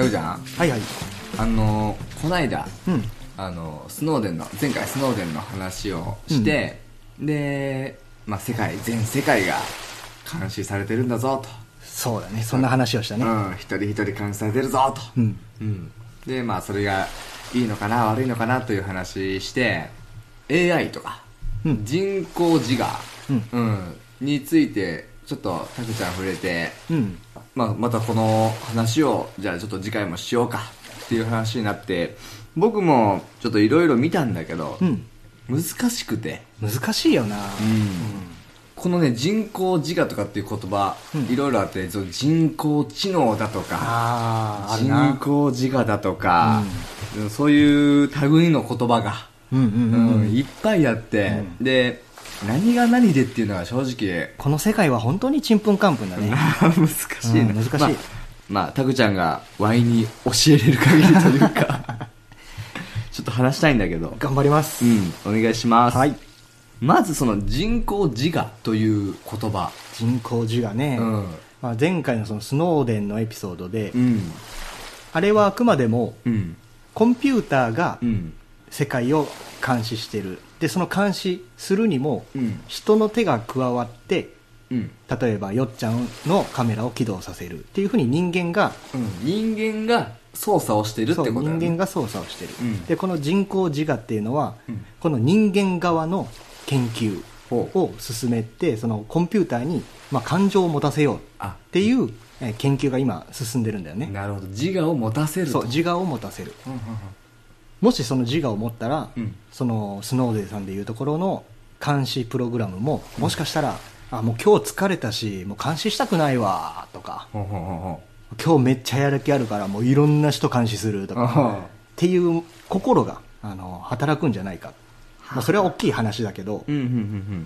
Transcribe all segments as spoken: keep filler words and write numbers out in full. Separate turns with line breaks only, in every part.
タクちゃん、
はいはい。
あのこないだ、
うん。
あのスノーデンの前回スノーデンの話をして、うん、で、まあ、世界全世界が監視されてるんだぞと。
そうだね、そんな話をしたね。
うん、一人一人監視されてるぞと。うん、うん、でまあそれがいいのかな悪いのかなという話して、 エーアイ とか、うん、人工自我、うんうん、についてちょっとタクちゃん触れて、うんまあ、またこの話をじゃあちょっと次回もしようかっていう話になって、僕もちょっといろいろ見たんだけど、うん、難しくて
難しいよな、うんうん、
このね人工自我とかっていう言葉、いろいろあって、人工知能だとか、あ人工自我だとか、うん、そういう類の言葉が、うんうんうんうん、いっぱいあって、うん、で何が何でっていうのは正直
この世界は本当にちんぷんかんぷんだね
難しいな、うん、
難しい、
まあ、まあ、タクちゃんがワイに教えれる限りというかちょっと話したいんだけど
頑張ります、
うん、お願いします。はい。まずその人工自我という言葉、
人工自我ね、うんまあ、前回のそのスノーデンのエピソードで、うん、あれはあくまでも、うん、コンピューターが世界を監視してる。でその監視するにも、うん、人の手が加わって、うん、例えばよっちゃんのカメラを起動させるっていうふうに人間が、うん、
人間が操作をしてるってことだよね。
そう、人間が操作をしてる、うん、でこの人工自我っていうのは、うん、この人間側の研究を進めて、そのコンピューターに、まあ、感情を持たせようっていう、えー、研究が今進んでるんだよね。
なるほど、自我を持たせると。
そう、自我を持たせる、うんうんうん、もしその自我を持ったら、うん、そのスノーデンさんでいうところの監視プログラムも、もしかしたら、うん、あもう今日疲れたしもう監視したくないわとか、うんうんうん、今日めっちゃやる気あるからもういろんな人監視するとかっていう心があの働くんじゃないか。まあ、それは大きい話だけど、うんうんうんうん、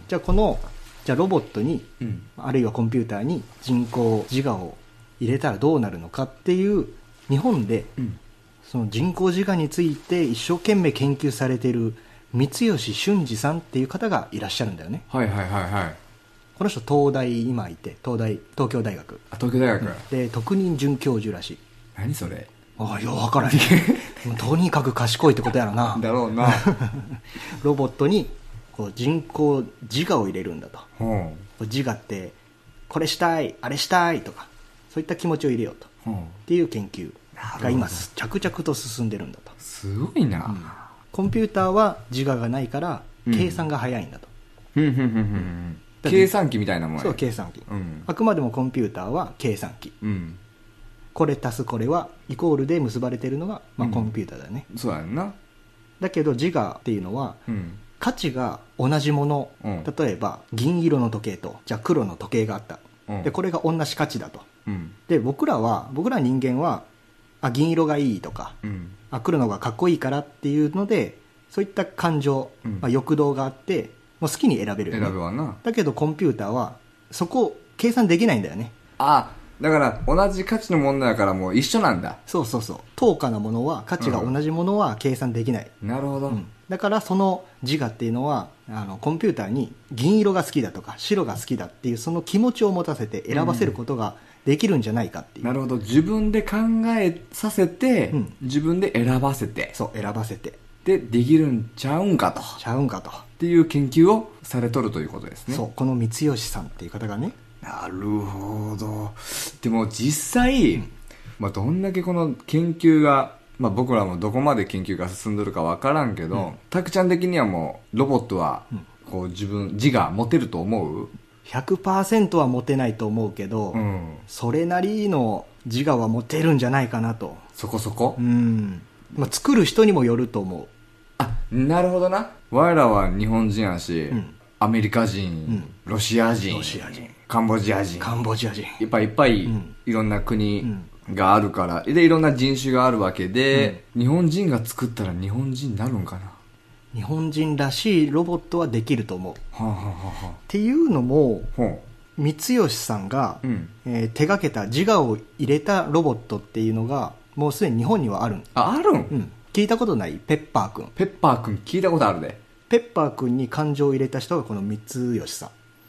じゃあこのじゃあロボットに、うん、あるいはコンピューターに人工自我を入れたらどうなるのかっていう、日本で、うん、その人工自我について一生懸命研究されている三吉俊二さんっていう方がいらっしゃるんだよね。
はいはいはいはい。と
この人東大今いて、東大東京大学、
あ東京大学、
うん、で特任准教授らしい。
何それ。
ああ、よう分からないとにかく賢いってことやろな
だろうな
ロボットにこう人工自我を入れるんだと、うん、自我ってこれしたいあれしたいとかそういった気持ちを入れようと、うん、っていう研究が今着々と進んでるんだと。
すごいな、うん、
コンピューターは自我がないから計算が早いんだと、うん、
計算機みたいなもんや。
そう、計算機、うん、あくまでもコンピューターは計算機、うん、これ足すこれはイコールで結ばれているのが、まあ、コンピューターだよね、
うん、そうやんな。
だけど自我っていうのは、うん、価値が同じもの、うん、例えば銀色の時計とじゃあ黒の時計があった、うん、でこれが同じ価値だと、うん、で僕らは僕ら人間はあ銀色がいいとか、うん、あ黒のがかっこいいからっていうのでそういった感情、うんまあ、欲動があってもう好きに選べるよね。
選ぶわな。
だけどコンピューターはそこを計算できないんだよね。
ああ、だから同じ価値のものだからもう一緒なんだ。
そうそうそう、等価なものは価値が同じものは計算できない、
うん、なるほど、うん、
だからその自我っていうのはあのコンピューターに銀色が好きだとか白が好きだっていうその気持ちを持たせて選ばせることができるんじゃないかっていう、
うん、なるほど、自分で考えさせて、うん、自分で選ばせて、
そう選ばせて
でできるんちゃうんかと
ちゃうんかと
っていう研究をされとるということですね。
そう、この三吉さんっていう方がね。
なるほど。でも実際、うんまあ、どんだけこの研究が、まあ、僕らもどこまで研究が進んでるか分からんけど、うん、タクちゃん的にはもうロボットはこう自分自我持てると思う？
ひゃくパーセント は持てないと思うけど、うん、それなりの自我は持てるんじゃないかなと。
そこそこ、
うんまあ、作る人にもよると思う。
あ、なるほどな。我らは日本人やし、うん、アメリカ人、うん、ロシア人、
ロシア人
カンボジア人
カンボジア人
いっぱいいっぱい、うん、いろんな国があるから、でいろんな人種があるわけで、うん、日本人が作ったら日本人になるんかな。
日本人らしいロボットはできると思う、はあはあはあ、っていうのも、はあ、三吉さんが、うんえー、手掛けた自我を入れたロボットっていうのがもうすでに日本にはあるん。
あ、あるん、う
ん、聞いたことない？ペッパーくん。
ペッパーくん聞いたことあるで。
ペッパーくんに感情を入れた人がこの三吉さん。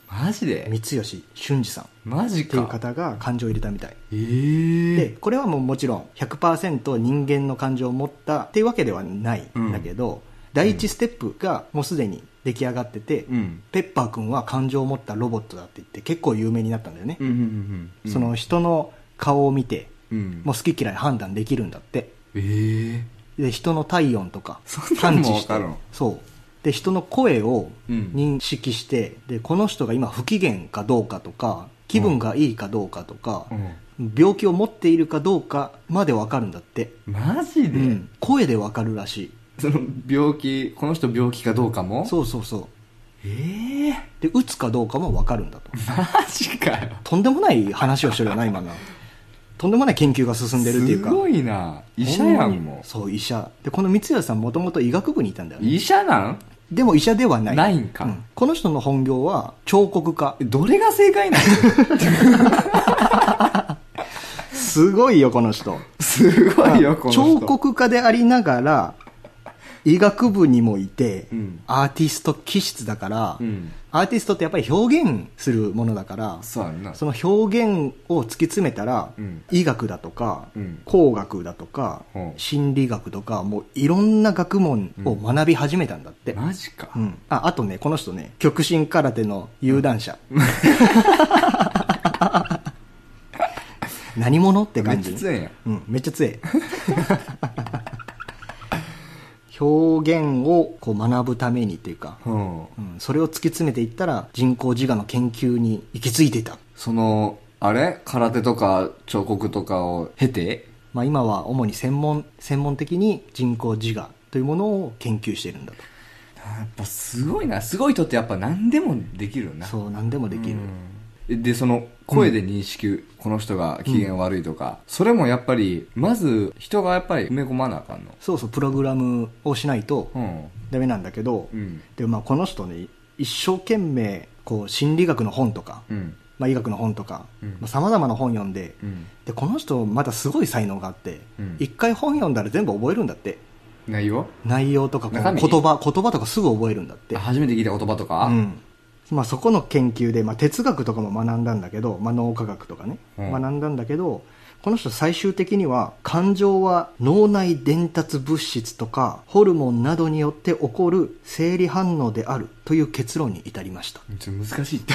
マジで
三吉俊二さん
マジか
っていう方が感情を入れたみたい。
えー、
でこれはもうもちろん ひゃくパーセント 人間の感情を持ったっていうわけではないんだけど、うん、第一ステップがもうすでに出来上がってて、うん、ペッパー君は感情を持ったロボットだって言って結構有名になったんだよね、うんうんうんうん、その人の顔を見て、うん、もう好き嫌い判断できるんだって。
えー、
で人の体温とか感知して、そうで人の声を認識して、うん、でこの人が今不機嫌かどうかとか気分がいいかどうかとか、うん、病気を持っているかどうかまで分かるんだって。
マジで、うん、
声で分かるらしい。
その病気この人病気かどうかも。
そうそうそう。
ええー、
で打つかどうかも分かるんだと。
マジかよ。
とんでもない話をしてるよな今な。とんでもない研究が進んでるっていうか。
すごいな。医者やんも。
そう医者で、この三吉さんもともと医学部にいたんだよね。
医者なん？
でも医者ではない。
ないんか、うん、
この人の本業は彫刻家。
どれが正解なの？
すごいよこの人。
すごいよこの人。
彫刻家でありながら医学部にもいて、うん、アーティスト気質だから、うん、アーティストってやっぱり表現するものだから、
そうやんな。
その表現を突き詰めたら、うん、医学だとか、うん、工学だとか、うん、心理学とかもういろんな学問を学び始めたんだって、
うん、マジか、
うん、あ, あとねこの人ね極真空手の有段者、うん、何者って感じ。
めっちゃ強いやん、
うん、めっちゃ強い表現をこう学ぶためにっていうか、うんうん、それを突き詰めていったら人工自我の研究に行き着いていた。
そのあれ空手とか彫刻とかを経て、
まあ、今は主に専門専門的に人工自我というものを研究しているんだと。
やっぱすごいな。すごい人ってやっぱ何でもできるな。
そう何でもできる、
うん、でその声で認識、うん、この人が機嫌悪いとか、うん、それもやっぱりまず人がやっぱり埋め込まなあかんの。
そうそうプログラムをしないとダメなんだけど、うん、でまあ、この人ね一生懸命こう心理学の本とか、うんまあ、医学の本とかさまざ、まな本読んで、うん、でこの人またすごい才能があって、うん、一回本読んだら全部覚えるんだって。
内容
内容とかこう言葉言葉とかすぐ覚えるんだって。
初めて聞いた言葉とか、うん
まあ、そこの研究で、まあ、哲学とかも学んだんだけど、まあ、脳科学とかね、うん、学んだんだけどこの人最終的には感情は脳内伝達物質とかホルモンなどによって起こる生理反応であるという結論に至りました。
ちょっと難しいって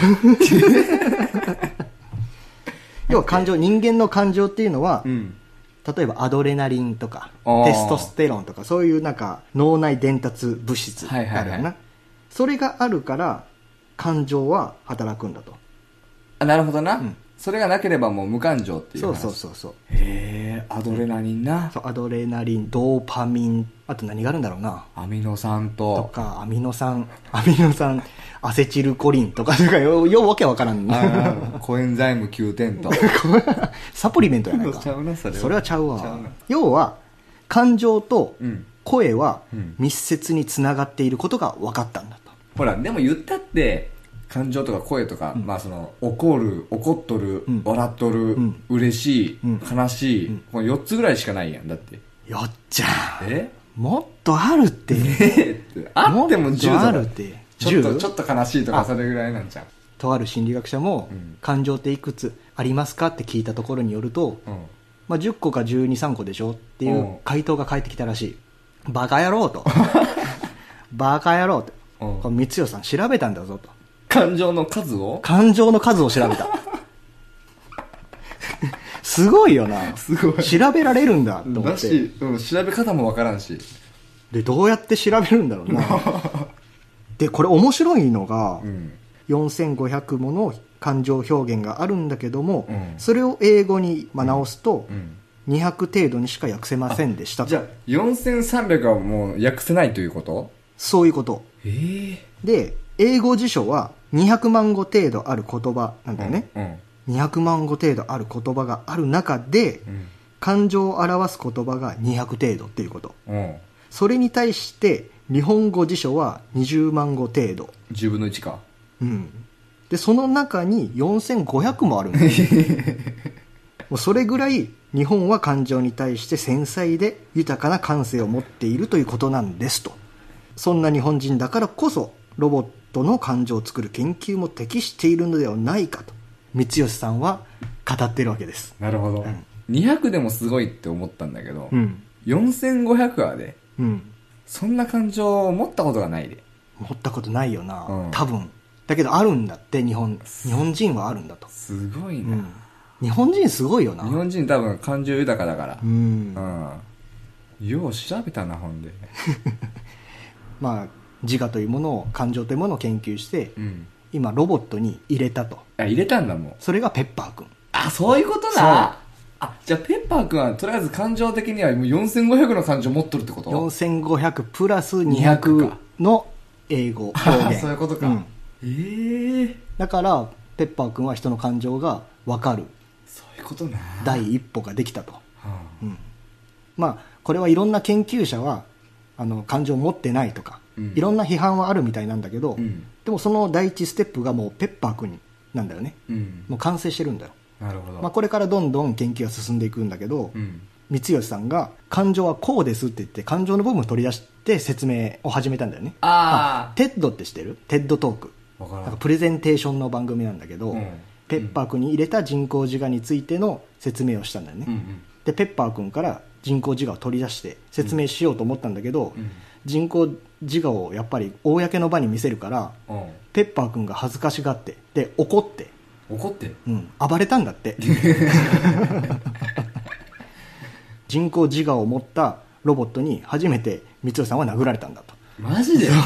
要は感情人間の感情っていうのは、うん、例えばアドレナリンとかテストステロンとかそういうなんか脳内伝達物質があるよな、はいはいはい、それがあるから感情は働くんだと。
あなるほどな、うん、それがなければもう無感情っていう話。
そうそうそうそう。
へえアドレナリンな、
うん、そうアドレナリンドーパミンあと何があるんだろうな。
アミノ酸と
とかアミノ酸アミノ酸アセチルコリンとかよようわけわからん
コエンザイムきゅうてんと
サプリメントやないか。
ちゃうなそれは。
それはちゃうわ。ちゃうな。要は感情と声は密接につながっていることが分かったんだと。
ほらでも言ったって感情とか声とか、うん、まあその怒る怒っとる、うん、笑っとる、うん、嬉しい、うん、悲しい、うん、このよっつぐらいしかないやん。だって
よっちゃん
え
もっとあるって、
えー、あってもじゅう
あるって
ちょっとちょっと悲しいとかそれぐらいなんちゃう。
とある心理学者も、うん、感情っていくつありますかって聞いたところによると、うんまあ、じゅっこかじゅうに、さんこでしょっていう回答が返ってきたらしい。バカ野郎とバカ野郎ってこの三代さん調べたんだぞと。
感情の数を
感情の数を調べたすごいよな。
すごい
調べられるんだと思ってだし、
うん、調べ方もわからんし
でどうやって調べるんだろうなでこれ面白いのが、うん、よんせんごひゃくもの感情表現があるんだけども、うん、それを英語に直すと、うんうんにひゃく程度にしか訳せませんでしたと。
じゃあよんせんさんびゃくはもう訳せないということ？
そういうこと。
へー。
で英語辞書はにひゃくまんご程度ある言葉なんだよね、うんうん、にひゃくまんご程度ある言葉がある中で、うん、感情を表す言葉がにひゃく程度っていうこと、うん、それに対して日本語辞書はにじゅうまんご程度。
じゅうぶんのいちか。
うんでその中によんせんごひゃくもあるんだよもうそれぐらい日本は感情に対して繊細で豊かな感性を持っているということなんですと。そんな日本人だからこそロボットの感情を作る研究も適しているのではないかと三吉さんは語ってるわけです。
なるほど、うん、にひゃくでもすごいって思ったんだけど、うん、よんせんごひゃくはで、うん、そんな感情を持ったことがないで。
持ったことないよな、うん、多分。だけどあるんだって。日本日本人はあるんだと。
すごいな、うん、
日本人すごいよな。
日本人多分感情豊かだから。うん、うん、よう調べたなほんで
まあ自我というものを、感情というものを研究して、うん、今ロボットに入れたと。
あ、入れたんだもん。
それがペッパーくん。
あ、そういうことな。あ、じゃあペッパーくんはとりあえず感情的にはもうよんせんごひゃくの感情持っとるってこと？
よんせんごひゃくプラスにひゃくの英語表現。
そういうことか、うん、えー、
だからペッパーくんは人の感情が分かる、
そういうことな、
第一歩ができたと、はあ、うん、まあこれはいろんな研究者はあの感情を持ってないとか、うん、いろんな批判はあるみたいなんだけど、うん、でもその第一ステップがもうペッパーくんなんだよね、うん、もう完成してるんだよ。
なるほど。
まあ、これからどんどん研究が進んでいくんだけど、うん、三吉さんが感情はこうですって言って感情の部分を取り出して説明を始めたんだよね。ああ、テッドって知ってる？テッドトーク。わからん。なんかプレゼンテーションの番組なんだけど、うん、ペッパーくんに入れた人工自我についての説明をしたんだよね、うんうん、でペッパーくんから人工自我を取り出して説明しようと思ったんだけど、うん、人工自我をやっぱり公の場に見せるから、うん、ペッパーくんが恥ずかしがってで怒って
怒って、
うん、暴れたんだって人工自我を持ったロボットに初めて三吉さんは殴られたんだと。
マジで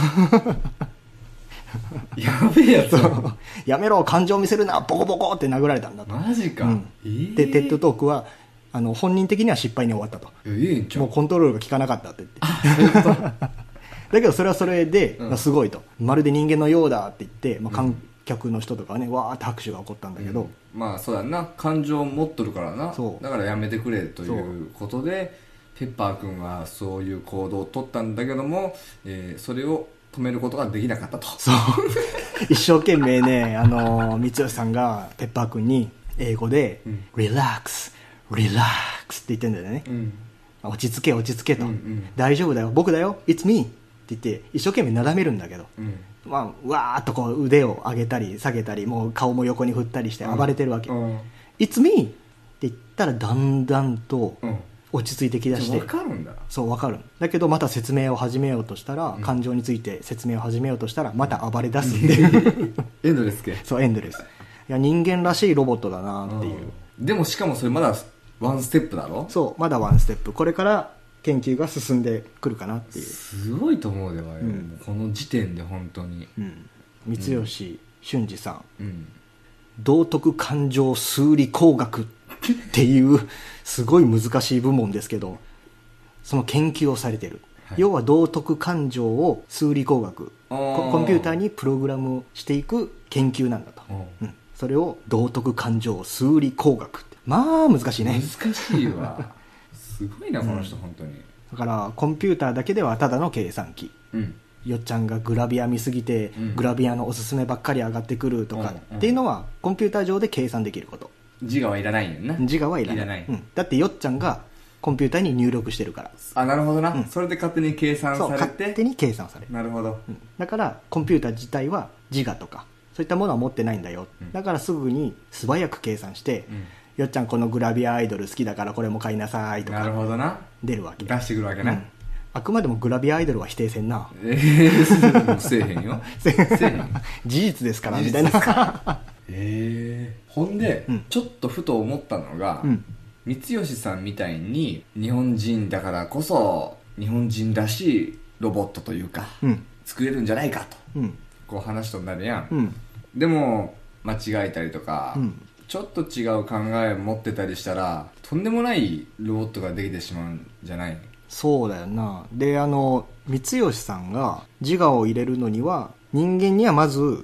やべえやつ。
やめろ、感情を見せるな、ボコボコって殴られたんだと。
マジか、うん
えー、でテッドトークはあの本人的には失敗に終わったと。
えー、いいんちゃう。
もうコントロールが効かなかったって言ってだけどそれはそれで、うん、すごいと、まるで人間のようだって言って、まあ、観客の人とかはね、わーって拍手が起こったんだけど、
うん、まあそうだな、感情を持っとるからな。そうだからやめてくれということでペッパーくんはそういう行動を取ったんだけども、えー、それを止めることができなかったと。
そう一生懸命ね、あのー、三吉さんがペッパーくんに英語で、うん、リラックスリラックスって言ってんだよね、うん、落ち着け落ち着けと、うんうん、大丈夫だよ僕だよ It's me って言って一生懸命なだめるんだけど、うん、まあ、わーっとこう腕を上げたり下げたり、もう顔も横に振ったりして暴れてるわけ、うんうん、It's me って言ったらだんだんと、うん、落ち着いてきだして。
分かるんだ。
そう分かる。だけどまた説明を始めようとしたら、うん、感情について説明を始めようとしたらまた暴れ出すんで
エンドレス系。
そうエンドレス。いや人間らしいロボットだなっていう。
でもしかもそれまだワンステップだろ。
そうまだワンステップ。これから研究が進んでくるかなっていう。
すごいと思うではよ、うん、この時点で本当に、うん、
三吉俊二さん、うん、道徳感情数理工学っていうすごい難しい部門ですけど、その研究をされてる、はい、要は道徳感情を数理工学、コンピューターにプログラムしていく研究なんだと、うん、それを道徳感情数理工学って、まあ難しいね。
難しいわすごいなこの人、うん、本当に。
だからコンピューターだけではただの計算機、うん、よっちゃんがグラビア見すぎて、うん、グラビアのおすすめばっかり上がってくるとかっていうのはコンピューター上で計算できること。
自我はいらないんな。
自我はいらない、いらない、うん、だってよっちゃんがコンピューターに入力してるから。
あ、なるほどな、うん、それで勝手に計算されて。そう
勝手に計算される。
なるほど、
うん、だからコンピューター自体は自我とかそういったものは持ってないんだよ、うん、だからすぐに素早く計算して、うん、よっちゃんこのグラビアアイドル好きだからこれも買いなさいとか。
なるほどな。
出るわけ。
出してくるわけな、うん、
あくまでもグラビアアイドルは否定せんな。
えー、せえへんよせえへん
事実ですからみたいな
えー、ほんで、うん、ちょっとふと思ったのが、うん、三吉さんみたいに日本人だからこそ日本人らしいロボットというか、うん、作れるんじゃないかと、うん、こう話となるやん、うん、でも間違えたりとか、うん、ちょっと違う考えを持ってたりしたらとんでもないロボットができてしまうんじゃない？
そうだよな。で、あの三吉さんが自我を入れるのには人間にはまず、うん、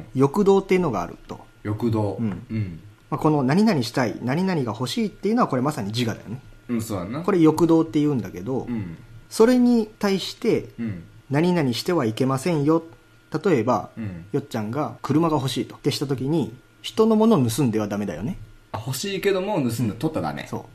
欲動っていうのがあると。
欲動、
うんうんまあ、この何々したい何々が欲しいっていうのはこれまさに自我だよね。
うん、そうだな。
これ欲動って言うんだけど、うん、それに対して何々してはいけませんよ。例えば、うん、よっちゃんが車が欲しいとってした時に人のものを盗んではダメだよね。
あ、欲しいけども盗んで、うん、取ったらダメ。
そう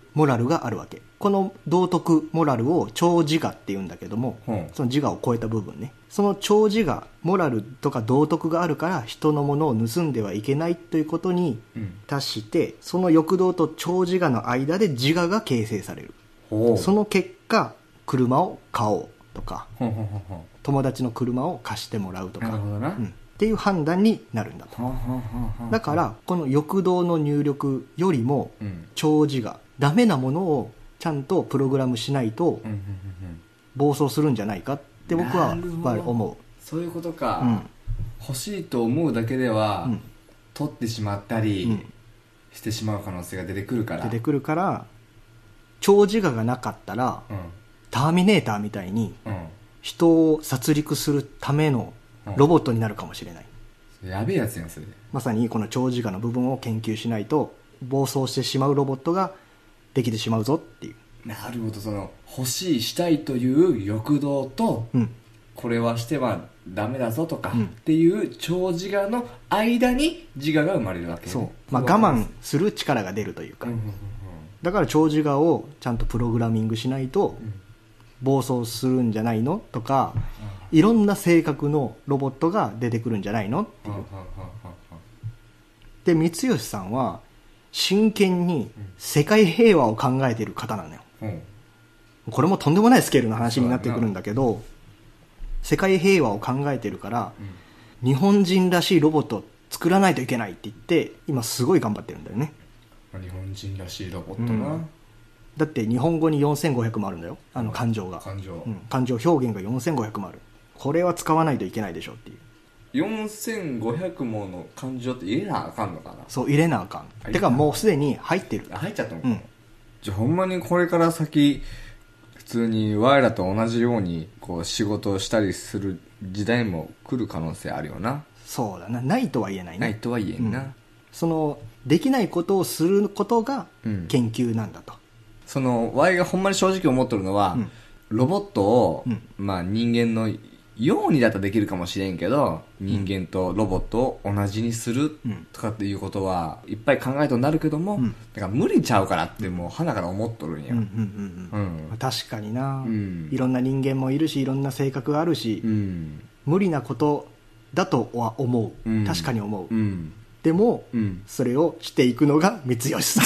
モラルがあるわけ。この道徳モラルを超自我っていうんだけども、
うん、
その自我を超えた部分ね、その超自我モラルとか道徳があるから人のものを盗んではいけないということに達して、うん、その欲動と超自我の間で自我が形成される。その結果車を買おうとか、ほうほうほうほう、友達の車を貸してもらうとか、なるほどな、うん、っていう判断になるんだと。だからこの欲動の入力よりも超自我、ダメなものをちゃんとプログラムしないと暴走するんじゃないかって僕は思う。
そういうことか、うん、欲しいと思うだけでは、うん、取ってしまったり、うん、してしまう可能性が出てくるから
出てくるから超自我がなかったら、うん、ターミネーターみたいに、うん、人を殺戮するためのロボットになるかもしれない、
うん、やべえやつやんそれ。
まさにこの超自我の部分を研究しないと暴走してしまうロボットができてしまうぞっていう。
なるほど。その欲しいしたいという欲動と、うん、これはしてはダメだぞとか、うん、っていう超自我の間に自我が生まれるわけ、ね、
そう、まあ、我慢する力が出るというか、うんうんうんうん、だから超自我をちゃんとプログラミングしないと暴走するんじゃないのとか、うん、いろんな性格のロボットが出てくるんじゃないのっていう、うんうんうんうん、で三吉さんは真剣に世界平和を考えている方なのよ、うん、これもとんでもないスケールの話になってくるんだけど、世界平和を考えているから、うん、日本人らしいロボットを作らないといけないって言って今すごい頑張ってるんだよね。
日本人らしいロボットな、うん、
だって日本語によんせんごひゃくもあるんだよ、あの感情が、
感情、
うん、感情表現がよんせんごひゃくもある。これは使わないといけないでしょっていう。
よんせんごひゃくもの感情って入れなあかんのかな。
そう入れなあかん。てかもうすでに入ってる。
入っちゃったのか、うん、じゃあほんまにこれから先普通に我らと同じようにこう仕事をしたりする時代も来る可能性あるよな。
そうだな。ないとは言えないね。
ないとは言えんな、うん、
そのできないことをすることが研究なんだと、うん、
その我がほんまに正直思ってるのは、うん、ロボットを、うん、まあ人間のようにだったらできるかもしれんけど、人間とロボットを同じにするとかっていうことはいっぱい考えとなるけども、うん、だから無理ちゃうかなってもう鼻から思っとるんや、うんうん
うんうん、確かにな、うん、いろんな人間もいるしいろんな性格があるし、うん、無理なことだとは思う、うん、確かに思う、うん、でも、うん、それをしていくのが三吉さん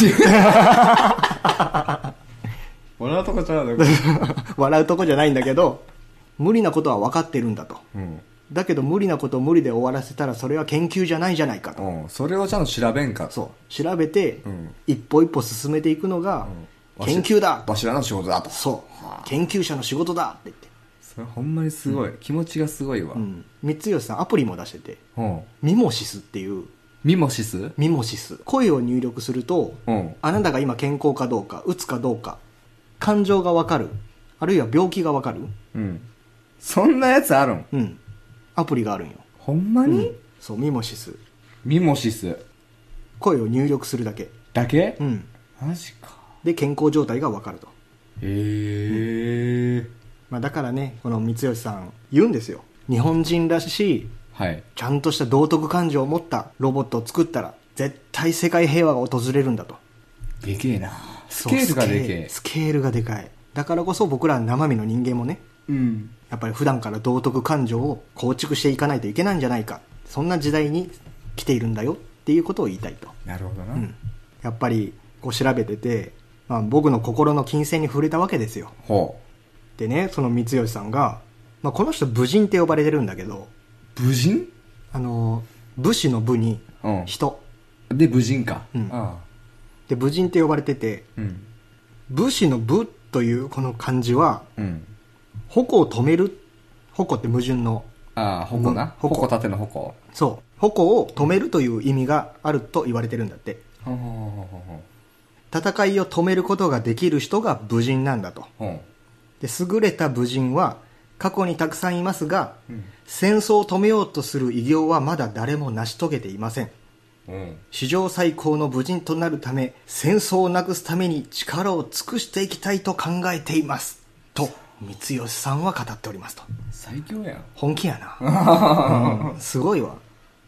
笑うとこちゃうね
笑うとこじゃないんだけど、無理なことは分かってるんだと、うん、だけど無理なことを無理で終わらせたらそれは研究じゃないじゃないかと、うん、
それをちゃんと調べんか。
そう調べて、うん、一歩一歩進めていくのが研究だ、
わしらの仕事だと。
そう、はあ、研究者の仕事だって言って、
それほんまにすごい、うん、気持ちがすごいわ、うん、
三吉さんアプリも出してて、うん、ミモシスっていう
ミモシス
ミモシス声を入力すると、うん、あなたが今健康かどうかうつかどうか感情が分かる、あるいは病気が分かる、うん、
そんなやつあるん？
うん。アプリがあるんよ。
ほんまに？
うん、そう、ミモシス。
ミモシス。
声を入力するだけ。
だけ？
うん。
マジか。
で、健康状態がわかると。
へー。うん、
まあだからね、この三吉さん言うんですよ。日本人らしい、はい、ちゃんとした道徳感情を持ったロボットを作ったら、絶対世界平和が訪れるんだと。
でけえな。スケールがでけえ。
スケールがでかい。だからこそ僕ら生身の人間もね、うん、やっぱり普段から道徳感情を構築していかないといけないんじゃないか、そんな時代に来ているんだよっていうことを言いたいと。
なるほどな、
うん、やっぱりこう調べてて、まあ、僕の心の金銭に触れたわけですよ。ほうでね、その三吉さんが、まあ、この人武人って呼ばれてるんだけど。
武人？
あの武士の武に人、
うん、で武人か、
うん、ああで武人って呼ばれてて、うん、武士の武というこの漢字は、うん、矛を止める、矛って矛盾の、
ああ矛な、矛立ての矛、
そう、矛を止めるという意味があると言われてるんだって、うん、戦いを止めることができる人が武人なんだと、うん、で優れた武人は過去にたくさんいますが、うん、戦争を止めようとする偉業はまだ誰も成し遂げていません、うん、史上最高の武人となるため戦争をなくすために力を尽くしていきたいと考えていますと三吉さんは語っておりますと。
最強やん。
本気やな、うん、すごいわ。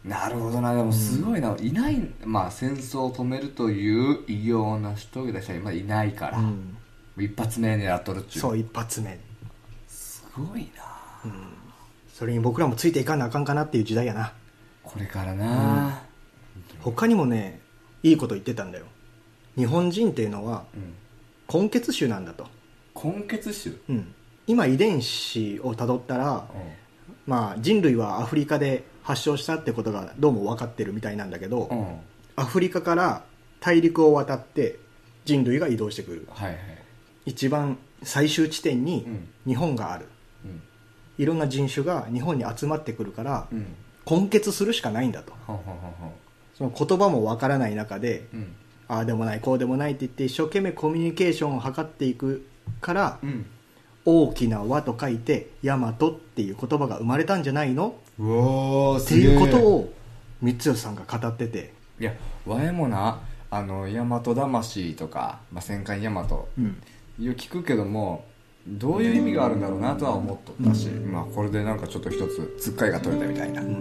なるほどな。でもすごいな、うん、いない。まあ戦争を止めるという偉業を成し遂げた人は今いないから、うん、一発目狙っとるっちゅう。
そう、一発目。
すごいな、
うん、それに僕らもついていかなあかんかなっていう時代やな、
これからな、うん、
他にもねいいこと言ってたんだよ。日本人っていうのは、うん、根血種なんだと。
根血種、
うん、今遺伝子をたどったら、うん、まあ、人類はアフリカで発症したってことがどうも分かってるみたいなんだけど、うん、アフリカから大陸を渡って人類が移動してくる、はいはい、一番最終地点に日本がある、うん、いろんな人種が日本に集まってくるから、うん、根血するしかないんだと、うん、その言葉も分からない中で、うん、ああでもないこうでもないって言って一生懸命コミュニケーションを図っていくから、うん、大きな輪と書いて大和っていう言葉が生まれたんじゃないのっていうことを三吉さんが語ってて、
いやわえもな、あの大和魂とか、まあ、戦艦大和、うん、いう聞くけどもどういう意味があるんだろうなとは思っとったし、うん、まあ、これでなんかちょっと一つつっかいが取れたみたいな、うんうん、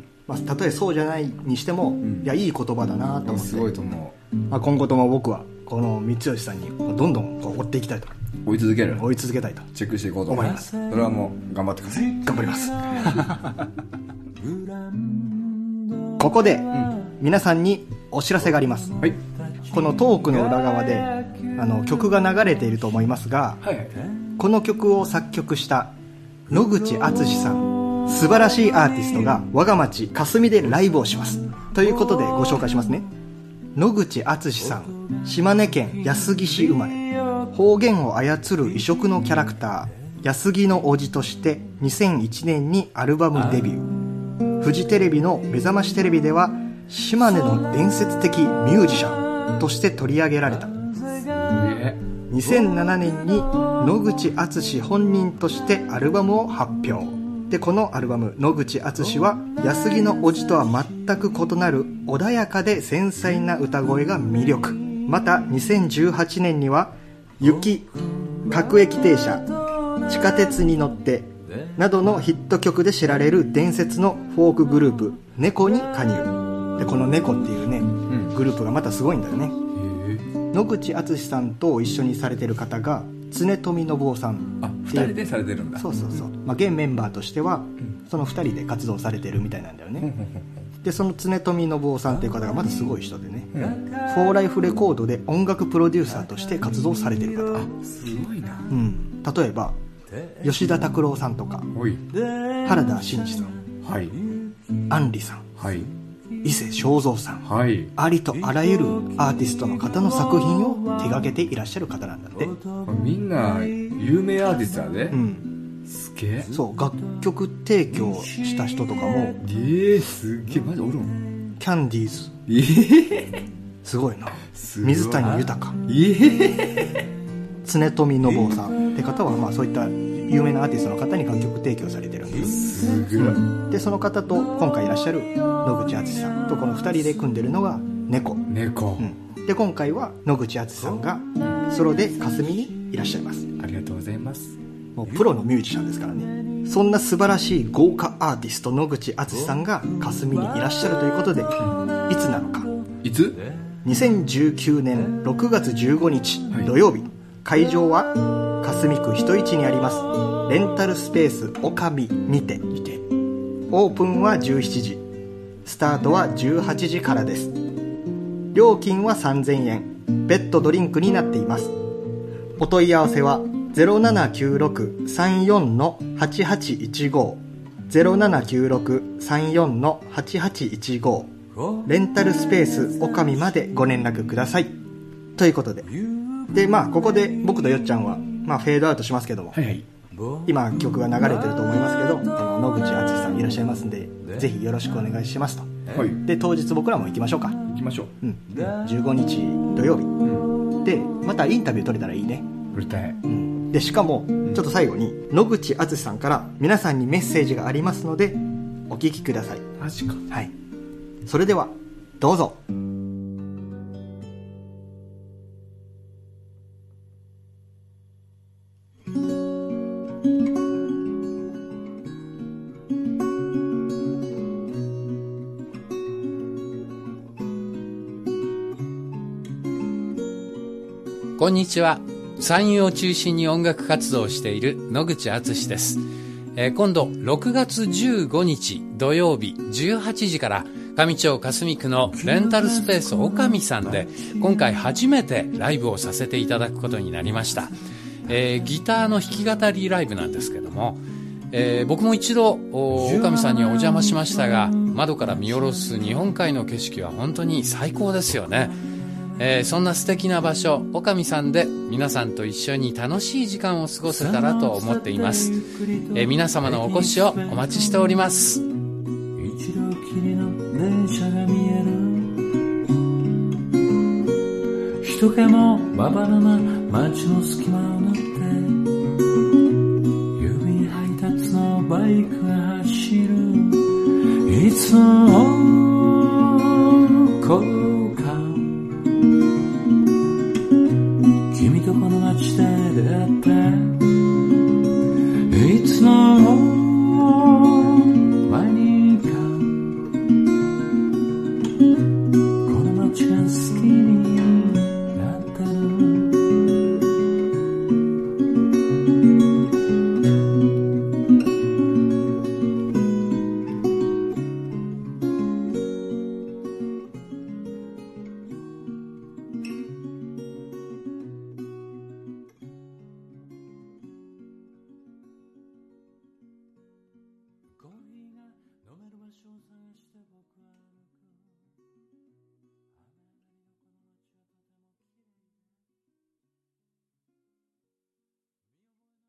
まあ、たとえそうじゃないにしても、うん、いやいい言葉だなと思って、
すごいと思
う、まあ、今後とも僕はこの三吉さんにどんどんこう追っていきたいと、
追い続ける
追い続けたいと
チェックしていこうと思います。それはもう頑張ってください。
頑張りますここで、うん、皆さんにお知らせがあります、はい、このトークの裏側であの曲が流れていると思いますが、はい、この曲を作曲した野口敦さん、素晴らしいアーティストが我が町霞でライブをしますということでご紹介しますね。野口敦さん、島根県安来市生まれ、方言を操る異色のキャラクター安来のおじとしてにせんいちねんにアルバムデビュー。フジテレビの目覚ましテレビでは島根の伝説的ミュージシャンとして取り上げられた。にせんななねんに野口敦本人としてアルバムを発表で、このアルバム野口敦は安来のおじとは全く異なる穏やかで繊細な歌声が魅力。またにせんじゅうはちねんには雪、各駅停車、地下鉄に乗ってなどのヒット曲で知られる伝説のフォークグループ猫に加入で、この猫っていうね、うん、グループがまたすごいんだよね。野口敦さんと一緒にされてる方が常富信夫さん。
あ、ふたりでされてるんだ。
そうそうそう、まあ、現メンバーとしては、うん、そのふたりで活動されてるみたいなんだよねで、その常富信夫さんっていう方がまたすごい人でね、うん、フォーライフレコードで音楽プロデューサーとして活動されてる方。
あ、すごいな、
うん、例えば吉田拓郎さんとか原田真二さん、はい、杏里さん、はい、伊勢正三さん、はい、ありとあらゆるアーティストの方の作品を手掛けていらっしゃる方なんだって。
みんな有名アーティストだね、うん、すげえ。
そう楽曲提供した人とかも
えー、すげえ。マジおるん。
キャンディーズ、えー、すごいな。水谷豊、えー、常富信夫さんって方は、まあ、そういった有名なアーティストの方に楽曲提供されてるんです。
すごい、うん、
でその方と今回いらっしゃる野口敦さんとこのふたりで組んでるのが猫
猫、
うん、で今回は野口敦さんがソロで霞にいらっしゃいます。
ありがとうございます。
もうプロのミュージシャンですからね。そんな素晴らしい豪華アーティスト野口敦さんが霞にいらっしゃるということで、いつなのか。
いつ？
にせんじゅうきゅうねんろくがつじゅうごにち、はい、土曜日。会場は霞区人市にありますレンタルスペースおかみにて、オープンはじゅうしちじ、スタートはじゅうはちじからです。料金はさんぜんえん、別途ドリンクになっています。お問い合わせは ゼロななきゅうろくさんよんのはちはちいちご ゼロななきゅうろくさんよんのはちはちいちごレンタルスペースおかみまでご連絡くださいということで、でまあここで僕とよっちゃんは、まあ、フェードアウトしますけども、はいはい、今曲が流れてると思いますけど、野口敦さんいらっしゃいますんで、ぜひよろしくお願いしますと、はい、で当日僕らも行きましょうか。
行きましょう、うん、
じゅうごにち土曜日、うん、でまたインタビュー取れたらいいね。
撮りたい、
うん、でしかも、うん、ちょっと最後に野口敦さんから皆さんにメッセージがありますのでお聞きください。
マジか。
はい、それではどうぞ。
こんにちは。山陽を中心に音楽活動をしている野口敦です、えー、今度ろくがつじゅうごにち土曜日じゅうはちじから上町霞区のレンタルスペースおかみさんで今回初めてライブをさせていただくことになりました、えー、ギターの弾き語りライブなんですけども、えー、僕も一度おかみさんにはお邪魔しましたが、窓から見下ろす日本海の景色は本当に最高ですよね。えー、そんな素敵な場所おかみさんで皆さんと一緒に楽しい時間を過ごせたらと思っています、えー、皆様のお越しをお待ちしております。
一度きりの電車が見える、人気もまばらな街の隙間を縫って郵便配達のバイクが走る、いつもこう